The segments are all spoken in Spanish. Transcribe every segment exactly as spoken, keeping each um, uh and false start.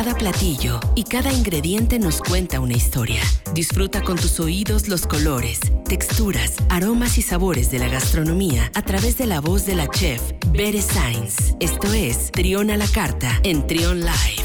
Cada platillo y cada ingrediente nos cuenta una historia. Disfruta con tus oídos los colores, texturas, aromas y sabores de la gastronomía a través de la voz de la chef Bere Sainz. Esto es Trión a la Carta en Trión Live.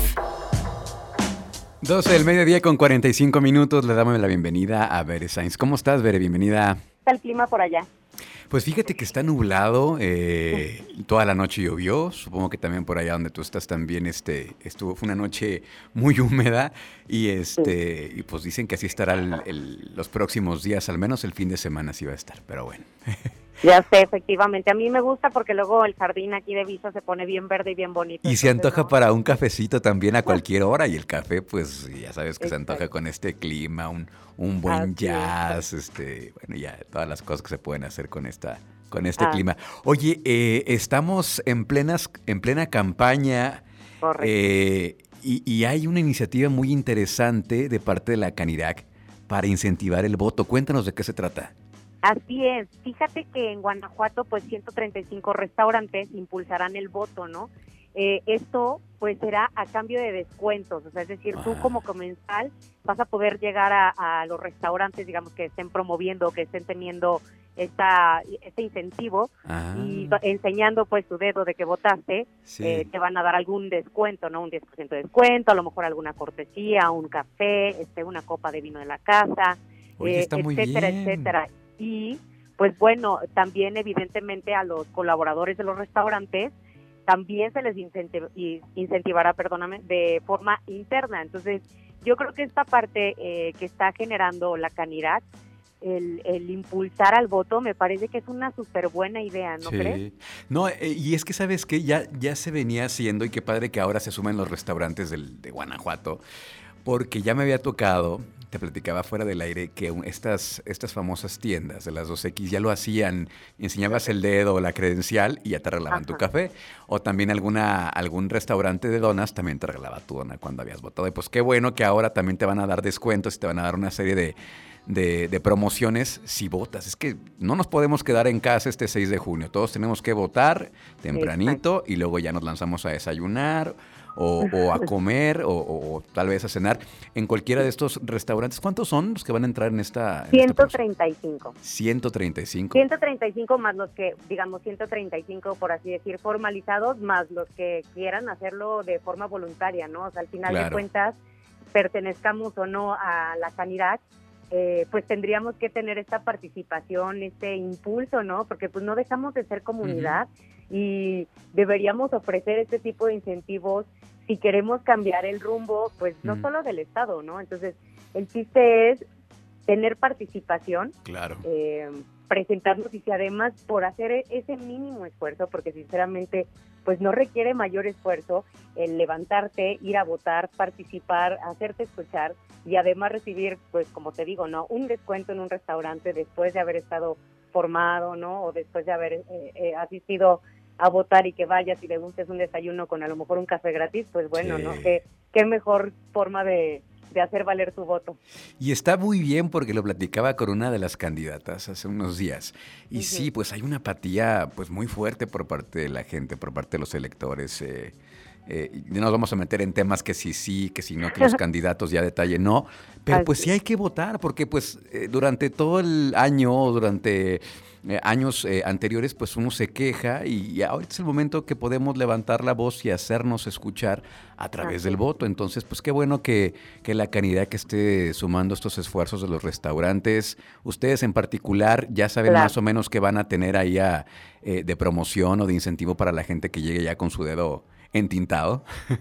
doce del mediodía con cuarenta y cinco minutos. Le damos la bienvenida a Bere Sainz. ¿Cómo estás, Bere? Bienvenida. ¿Cómo está el clima por allá? Pues fíjate que está nublado, eh, toda la noche llovió, supongo que también por allá donde tú estás también este, estuvo, fue una noche muy húmeda y este y pues dicen que así estará el, el, los próximos días, al menos el fin de semana así va a estar, pero bueno. Ya sé, efectivamente, a mí me gusta porque luego el jardín aquí de Vista se pone bien verde y bien bonito. Y se antoja ¿no? para un cafecito también a cualquier hora y el café pues ya sabes que Exacto. se antoja con este clima, un, un buen Así jazz, es. este bueno ya todas las cosas que se pueden hacer con esta con este ah. clima. Oye, eh, estamos en plenas en plena campaña. Correcto. Eh, y, y hay una iniciativa muy interesante de parte de la Canirac para incentivar el voto. Cuéntanos de qué se trata. Así es, fíjate que en Guanajuato pues ciento treinta y cinco restaurantes impulsarán el voto, ¿no? Eh, esto pues será a cambio de descuentos, o sea, es decir, ah. tú como comensal vas a poder llegar a, a los restaurantes, digamos, que estén promoviendo, que estén teniendo esta este incentivo ah. y enseñando pues tu dedo de que votaste, sí. eh, te van a dar algún descuento, ¿no? Un diez por ciento de descuento, a lo mejor alguna cortesía, un café, este, una copa de vino de la casa, Oye, eh, está muy etcétera, bien. etcétera. Y pues bueno, también evidentemente a los colaboradores de los restaurantes también se les incentiv- incentivará, perdóname, de forma interna. Entonces, yo creo que esta parte eh, que está generando la Canirac, el, el impulsar al voto, me parece que es una súper buena idea, ¿no sí. crees? No, eh, y es que, ¿sabes qué? Ya, ya se venía haciendo y qué padre que ahora se sumen los restaurantes del, de Guanajuato, porque ya me había tocado... Te platicaba fuera del aire que estas, estas famosas tiendas de las dos equis ya lo hacían, enseñabas el dedo o la credencial y ya te arreglaban Ajá. tu café. O también alguna algún restaurante de donas también te arreglaba tu dona cuando habías votado. Y pues qué bueno que ahora también te van a dar descuentos y te van a dar una serie de, de, de promociones si votas. Es que no nos podemos quedar en casa este seis de junio. Todos tenemos que votar tempranito Exacto. y luego ya nos lanzamos a desayunar o, o a comer o, o, o tal vez a cenar en cualquiera de estos restaurantes. ¿Cuántos son los que van a entrar en esta? En ciento treinta y cinco. ciento treinta y cinco. ciento treinta y cinco más los que, digamos, ciento treinta y cinco, por así decir, formalizados, más los que quieran hacerlo de forma voluntaria, ¿no? O sea, al final claro. de cuentas, pertenezcamos o no a la Canirac, eh, pues tendríamos que tener esta participación, este impulso, ¿no? Porque pues no dejamos de ser comunidad uh-huh. y deberíamos ofrecer este tipo de incentivos si queremos cambiar el rumbo, pues no mm. solo del Estado, ¿no? Entonces, el chiste es tener participación, claro. eh, presentarnos y si además por hacer ese mínimo esfuerzo, porque sinceramente, pues no requiere mayor esfuerzo el levantarte, ir a votar, participar, hacerte escuchar y además recibir, pues como te digo, ¿no? Un descuento en un restaurante después de haber estado formado, ¿no? O después de haber eh, eh, asistido a votar y que vayas y le gustes un desayuno con a lo mejor un café gratis, pues bueno, sí. ¿no? Qué, qué mejor forma de, de hacer valer tu voto. Y está muy bien porque lo platicaba con una de las candidatas hace unos días. Y uh-huh. sí, pues hay una apatía pues muy fuerte por parte de la gente, por parte de los electores. Eh, eh, no nos vamos a meter en temas que sí, sí, que si no, que los candidatos ya detalle, no. Pero Así. pues sí hay que votar porque pues eh, durante todo el año, durante... Eh, años eh, anteriores, pues uno se queja y, y ahorita es el momento que podemos levantar la voz y hacernos escuchar a través del voto. Entonces, pues qué bueno que, que la Canirac que esté sumando estos esfuerzos de los restaurantes. Ustedes en particular ya saben claro. más o menos qué van a tener ahí a, eh, de promoción o de incentivo para la gente que llegue ya con su dedo entintado.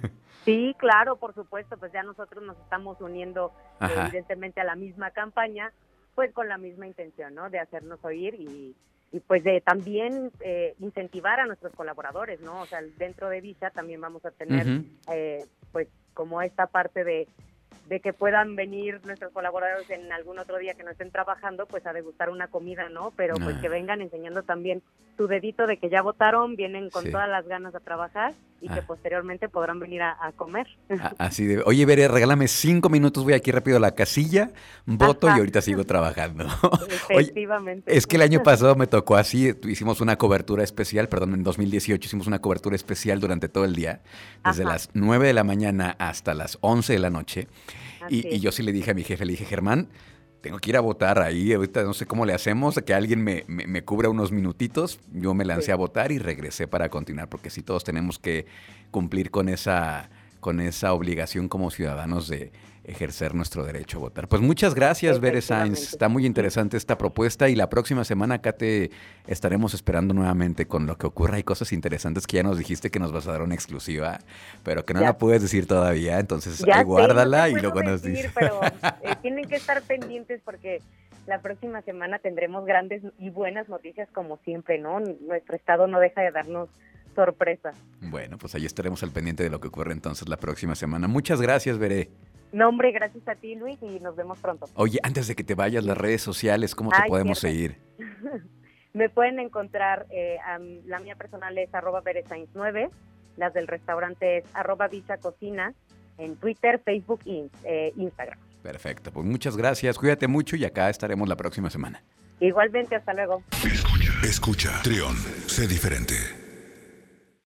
Sí, claro, por supuesto, pues ya nosotros nos estamos uniendo eh, evidentemente a la misma campaña, pues con la misma intención, ¿no? De hacernos oír y, y pues de también eh, incentivar a nuestros colaboradores, ¿no? O sea, dentro de Visa también vamos a tener, uh-huh. eh, pues como esta parte de de que puedan venir nuestros colaboradores en algún otro día que no estén trabajando, pues a degustar una comida, ¿no? Pero pues ah. que vengan enseñando también su dedito de que ya votaron, vienen con sí. todas las ganas a trabajar y ah. que posteriormente podrán venir a, a comer. Así de, oye, Veré, regálame cinco minutos, voy aquí rápido a la casilla, voto Ajá. y ahorita sigo trabajando. Efectivamente. Oye, es que el año pasado me tocó así, hicimos una cobertura especial, perdón, en dos mil dieciocho hicimos una cobertura especial durante todo el día, desde Ajá. las nueve de la mañana hasta las once de la noche. Y, y yo sí le dije a mi jefe, le dije, Germán, tengo que ir a votar ahí, ahorita no sé cómo le hacemos, que alguien me, me, me cubra unos minutitos. Yo me lancé sí. a votar y regresé para continuar, porque sí todos tenemos que cumplir con esa, con esa obligación como ciudadanos de ejercer nuestro derecho a votar. Pues muchas gracias, Veré Sainz. Está muy interesante esta propuesta y la próxima semana acá te estaremos esperando nuevamente con lo que ocurra. Hay cosas interesantes que ya nos dijiste que nos vas a dar una exclusiva, pero que no ya. la puedes decir todavía, entonces ahí guárdala no y luego decir, nos dices. Pero eh, tienen que estar pendientes porque la próxima semana tendremos grandes y buenas noticias como siempre, ¿no? Nuestro estado no deja de darnos sorpresas. Bueno, pues ahí estaremos al pendiente de lo que ocurre entonces la próxima semana. Muchas gracias, Veré. No, hombre, gracias a ti, Luis, y nos vemos pronto. Oye, antes de que te vayas, las redes sociales, ¿cómo te Ay, podemos cierto. seguir? Me pueden encontrar, eh, um, la mía personal es arroba veresainz nueve, las del restaurante es arroba bicha cocina, en Twitter, Facebook e eh, Instagram. Perfecto, pues muchas gracias, cuídate mucho y acá estaremos la próxima semana. Igualmente, hasta luego. Escucha, escucha, Trión, sé diferente.